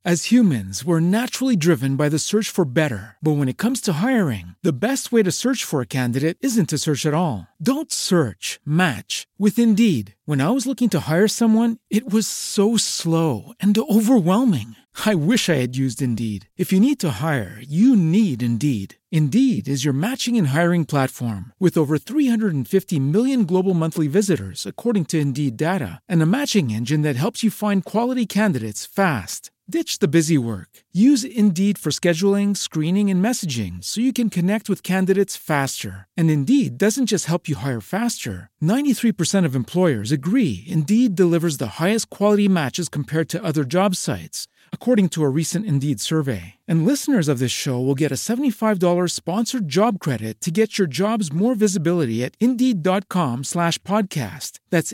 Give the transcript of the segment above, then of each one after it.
As humans, we're naturally driven by the search for better. But when it comes to hiring, the best way to search for a candidate isn't to search at all. Don't search, match with Indeed. When I was looking to hire someone, it was so slow and overwhelming. I wish I had used Indeed. If you need to hire, you need Indeed. Indeed is your matching and hiring platform with over 350 million global monthly visitors, according to Indeed data, and a matching engine that helps you find quality candidates fast. Ditch the busy work. Use Indeed for scheduling, screening, and messaging so you can connect with candidates faster. And Indeed doesn't just help you hire faster. 93% of employers agree Indeed delivers the highest quality matches compared to other job sites, according to a recent Indeed survey. And listeners of this show will get a $75 sponsored job credit to get your jobs more visibility at Indeed.com/podcast. That's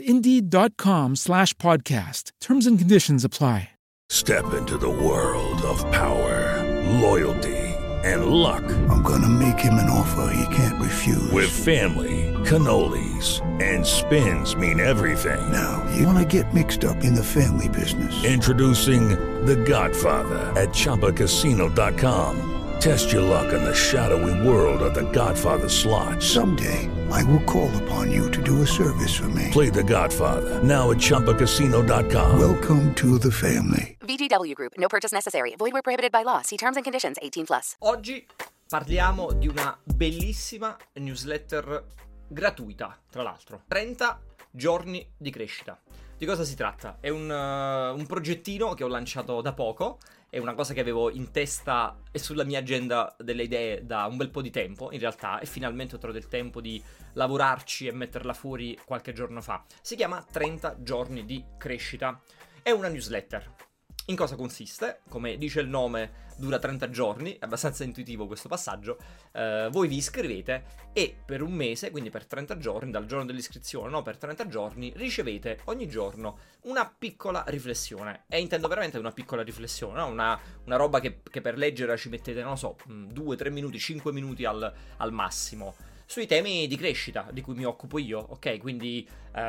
Indeed.com/podcast. Terms and conditions apply. Step into the world of power, loyalty, and luck. I'm gonna make him an offer he can't refuse. With family, cannolis, and spins mean everything. Now, you wanna get mixed up in the family business. Introducing The Godfather at ChumbaCasino.com. Test your luck in the shadowy world of The Godfather slot. Someday, I will call upon you to do a service for me. Play The Godfather now at ChumbaCasino.com. Welcome to the family. VGW Group. No purchase necessary. Void where prohibited by law. See terms and conditions. 18+. Oggi parliamo di una bellissima newsletter gratuita, tra l'altro. 30 giorni di crescita. Di cosa si tratta? È un progettino che ho lanciato da poco. È una cosa che avevo in testa e sulla mia agenda delle idee da un bel po' di tempo, in realtà, e finalmente ho trovato il tempo di lavorarci e metterla fuori qualche giorno fa. Si chiama 30 giorni di crescita. È una newsletter. In cosa consiste? Come dice il nome, dura 30 giorni, è abbastanza intuitivo questo passaggio. Voi vi iscrivete e per un mese, quindi per 30 giorni, dal giorno dell'iscrizione, no, per 30 giorni, ricevete ogni giorno una piccola riflessione. E intendo veramente una piccola riflessione, no? Una roba che per leggere ci mettete, non lo so, 2, 3 minuti, 5 minuti al massimo. Sui temi di crescita di cui mi occupo io, ok? Quindi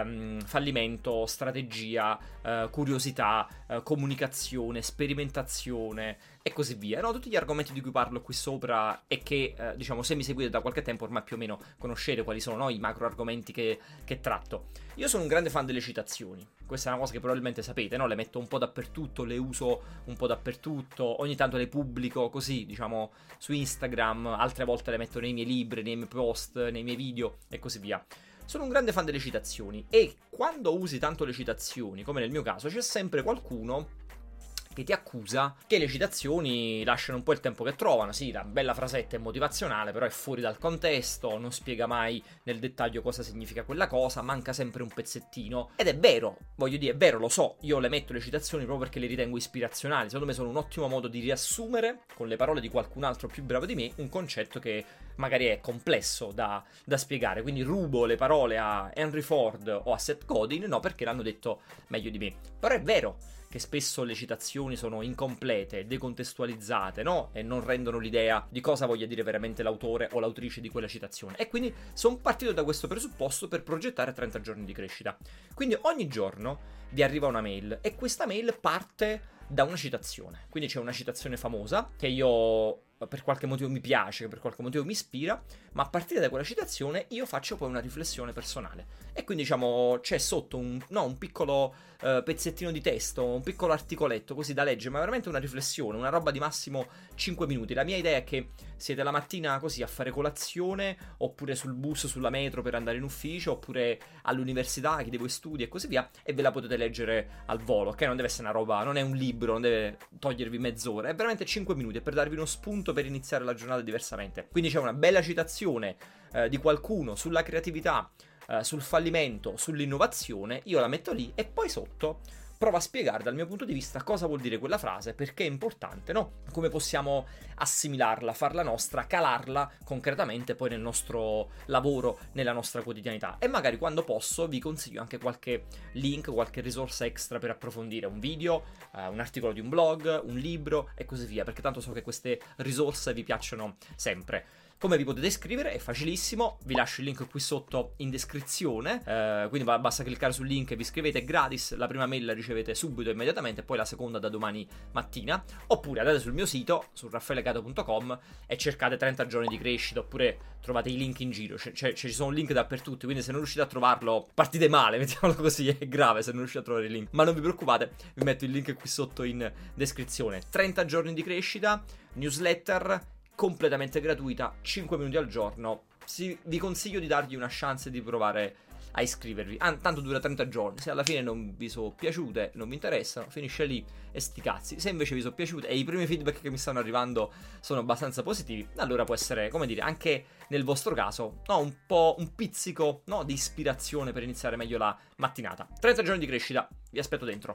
fallimento, strategia, curiosità, comunicazione, sperimentazione e così via. No, tutti gli argomenti di cui parlo qui sopra e che, diciamo, se mi seguite da qualche tempo ormai più o meno conoscete quali sono, no, i macro argomenti che tratto. Io sono un grande fan delle citazioni. Questa è una cosa che probabilmente sapete, no? Le metto un po' dappertutto, le uso un po' dappertutto, ogni tanto le pubblico così, diciamo, su Instagram, altre volte le metto nei miei libri, nei miei post, nei miei video e così via. Sono un grande fan delle citazioni e quando usi tanto le citazioni, come nel mio caso, c'è sempre qualcuno che ti accusa che le citazioni lasciano un po' il tempo che trovano. Sì, la bella frasetta è motivazionale, però è fuori dal contesto, non spiega mai nel dettaglio cosa significa quella cosa, manca sempre un pezzettino. Ed è vero, voglio dire, è vero, lo so, io le metto le citazioni proprio perché le ritengo ispirazionali. Secondo me sono un ottimo modo di riassumere, con le parole di qualcun altro più bravo di me, un concetto che magari è complesso da spiegare. Quindi rubo le parole a Henry Ford o a Seth Godin, no, perché l'hanno detto meglio di me. Però è vero che spesso le citazioni sono incomplete, decontestualizzate, no? E non rendono l'idea di cosa voglia dire veramente l'autore o l'autrice di quella citazione. E quindi sono partito da questo presupposto per progettare 30 giorni di crescita. Quindi ogni giorno vi arriva una mail e questa mail parte da una citazione. Quindi c'è una citazione famosa che io per qualche motivo mi piace, che per qualche motivo mi ispira, ma a partire da quella citazione io faccio poi una riflessione personale. E quindi, diciamo, c'è sotto un piccolo pezzettino di testo, un piccolo articoletto così da leggere, ma veramente una riflessione, una roba di massimo 5 minuti. La mia idea è che siete la mattina così a fare colazione, oppure sul bus, sulla metro per andare in ufficio, oppure all'università, chi dei voi studi e così via, e ve la potete leggere al volo, ok? Non deve essere una roba, non è un libro, non deve togliervi mezz'ora, è veramente 5 minuti, è per darvi uno spunto per iniziare la giornata diversamente. Quindi c'è una bella citazione di qualcuno sulla creatività, sul fallimento, sull'innovazione, io la metto lì e poi sotto provo a spiegare dal mio punto di vista cosa vuol dire quella frase, perché è importante, no? Come possiamo assimilarla, farla nostra, calarla concretamente poi nel nostro lavoro, nella nostra quotidianità. E magari quando posso vi consiglio anche qualche link, qualche risorsa extra per approfondire un video, un articolo di un blog, un libro e così via, perché tanto so che queste risorse vi piacciono sempre. Come vi potete iscrivere? È facilissimo, vi lascio il link qui sotto in descrizione, quindi basta cliccare sul link e vi iscrivete, è gratis, la prima mail la ricevete subito, immediatamente, poi la seconda da domani mattina, oppure andate sul mio sito, su raffaelegato.com e cercate 30 giorni di crescita, oppure trovate i link in giro, ci sono link dappertutto, quindi se non riuscite a trovarlo partite male, mettiamolo così, è grave se non riuscite a trovare il link, ma non vi preoccupate, vi metto il link qui sotto in descrizione. 30 giorni di crescita, newsletter completamente gratuita, 5 minuti al giorno. Vi consiglio di dargli una chance di provare a iscrivervi. Tanto dura 30 giorni. Se alla fine non vi sono piaciute, non vi interessano, finisce lì e sti cazzi. Se invece vi sono piaciute e i primi feedback che mi stanno arrivando sono abbastanza positivi, allora può essere, come dire, anche nel vostro caso, no, un pizzico, no, di ispirazione per iniziare meglio la mattinata. 30 giorni di crescita, vi aspetto dentro.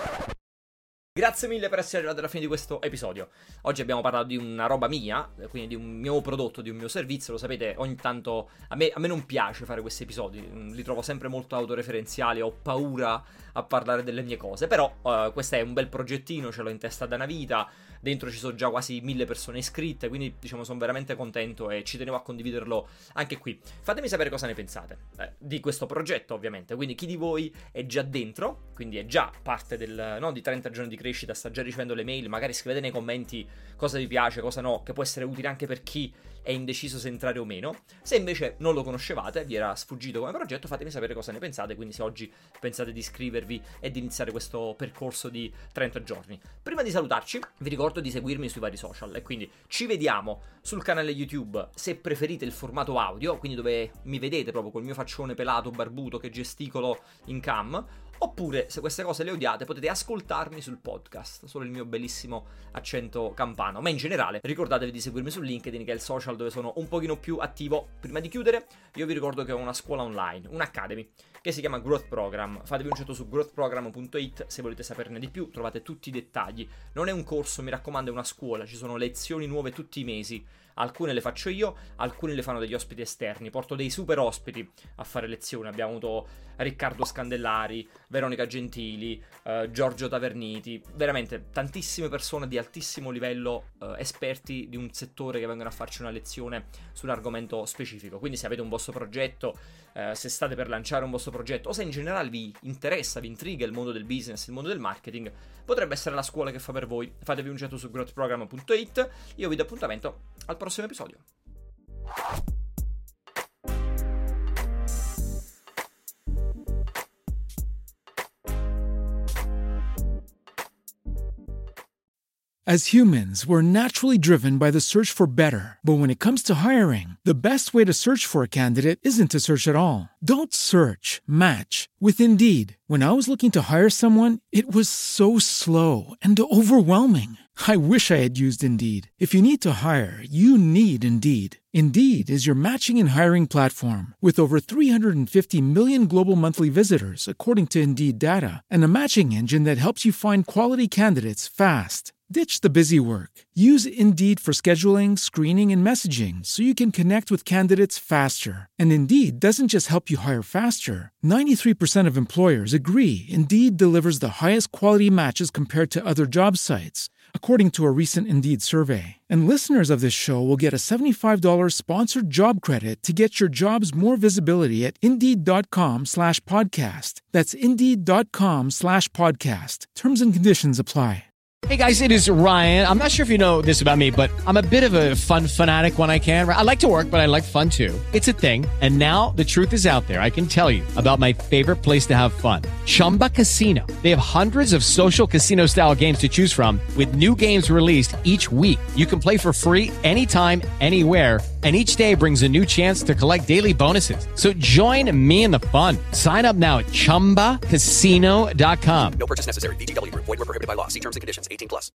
Grazie mille per essere arrivati alla fine di questo episodio. Oggi abbiamo parlato di una roba mia, quindi di un mio prodotto, di un mio servizio. Lo sapete, ogni tanto a me non piace fare questi episodi, li trovo sempre molto autoreferenziali, ho paura a parlare delle mie cose. Però questo è un bel progettino, ce l'ho in testa da una vita, dentro ci sono già quasi 1000 persone iscritte, quindi diciamo sono veramente contento e ci tenevo a condividerlo anche qui. Fatemi sapere cosa ne pensate di questo progetto, ovviamente. Quindi chi di voi è già dentro, quindi è già parte di 30 giorni di crescita, sta già ricevendo le mail, magari scrivete nei commenti cosa vi piace, cosa no, che può essere utile anche per chi è indeciso se entrare o meno. Se invece non lo conoscevate, vi era sfuggito come progetto, fatemi sapere cosa ne pensate, quindi se oggi pensate di iscrivervi e di iniziare questo percorso di 30 giorni. Prima di salutarci, vi ricordo di seguirmi sui vari social e quindi ci vediamo sul canale YouTube se preferite il formato audio, quindi dove mi vedete proprio col mio faccione pelato, barbuto, che gesticolo in cam. Oppure, se queste cose le odiate, potete ascoltarmi sul podcast, solo il mio bellissimo accento campano. Ma in generale, ricordatevi di seguirmi su LinkedIn, che è il social dove sono un pochino più attivo. Prima di chiudere, io vi ricordo che ho una scuola online, un'academy, che si chiama Growth Program. Fatevi un certo su growthprogram.it se volete saperne di più, trovate tutti i dettagli. Non è un corso, mi raccomando, è una scuola, ci sono lezioni nuove tutti i mesi. Alcune le faccio io, alcune le fanno degli ospiti esterni, porto dei super ospiti a fare lezioni. Abbiamo avuto Riccardo Scandellari, Veronica Gentili, Giorgio Taverniti, veramente tantissime persone di altissimo livello, esperti di un settore, che vengono a farci una lezione su un argomento specifico. Quindi se avete un vostro progetto, se state per lanciare un vostro progetto, o se in generale vi interessa, vi intriga il mondo del business, il mondo del marketing, potrebbe essere la scuola che fa per voi. Fatevi un giro su growthprogram.it. Io vi do appuntamento al prossimo episodio. As humans, we're naturally driven by the search for better. But when it comes to hiring, the best way to search for a candidate isn't to search at all. Don't search, match with Indeed. When I was looking to hire someone, it was so slow and overwhelming. I wish I had used Indeed. If you need to hire, you need Indeed. Indeed is your matching and hiring platform with over 350 million global monthly visitors, according to Indeed data, and a matching engine that helps you find quality candidates fast. Ditch the busy work. Use Indeed for scheduling, screening, and messaging so you can connect with candidates faster. And Indeed doesn't just help you hire faster. 93% of employers agree Indeed delivers the highest quality matches compared to other job sites, according to a recent Indeed survey. And listeners of this show will get a $75 sponsored job credit to get your jobs more visibility at Indeed.com/podcast. That's Indeed.com/podcast. Terms and conditions apply. Hey guys, it is Ryan. I'm not sure if you know this about me, but I'm a bit of a fun fanatic when I can. I like to work, but I like fun too. It's a thing. And now the truth is out there. I can tell you about my favorite place to have fun. Chumba Casino. They have hundreds of social casino style games to choose from with new games released each week. You can play for free anytime, anywhere. And each day brings a new chance to collect daily bonuses. So join me in the fun. Sign up now at ChumbaCasino.com. No purchase necessary. VGW Group. Void where prohibited by law. See terms and conditions. 18+.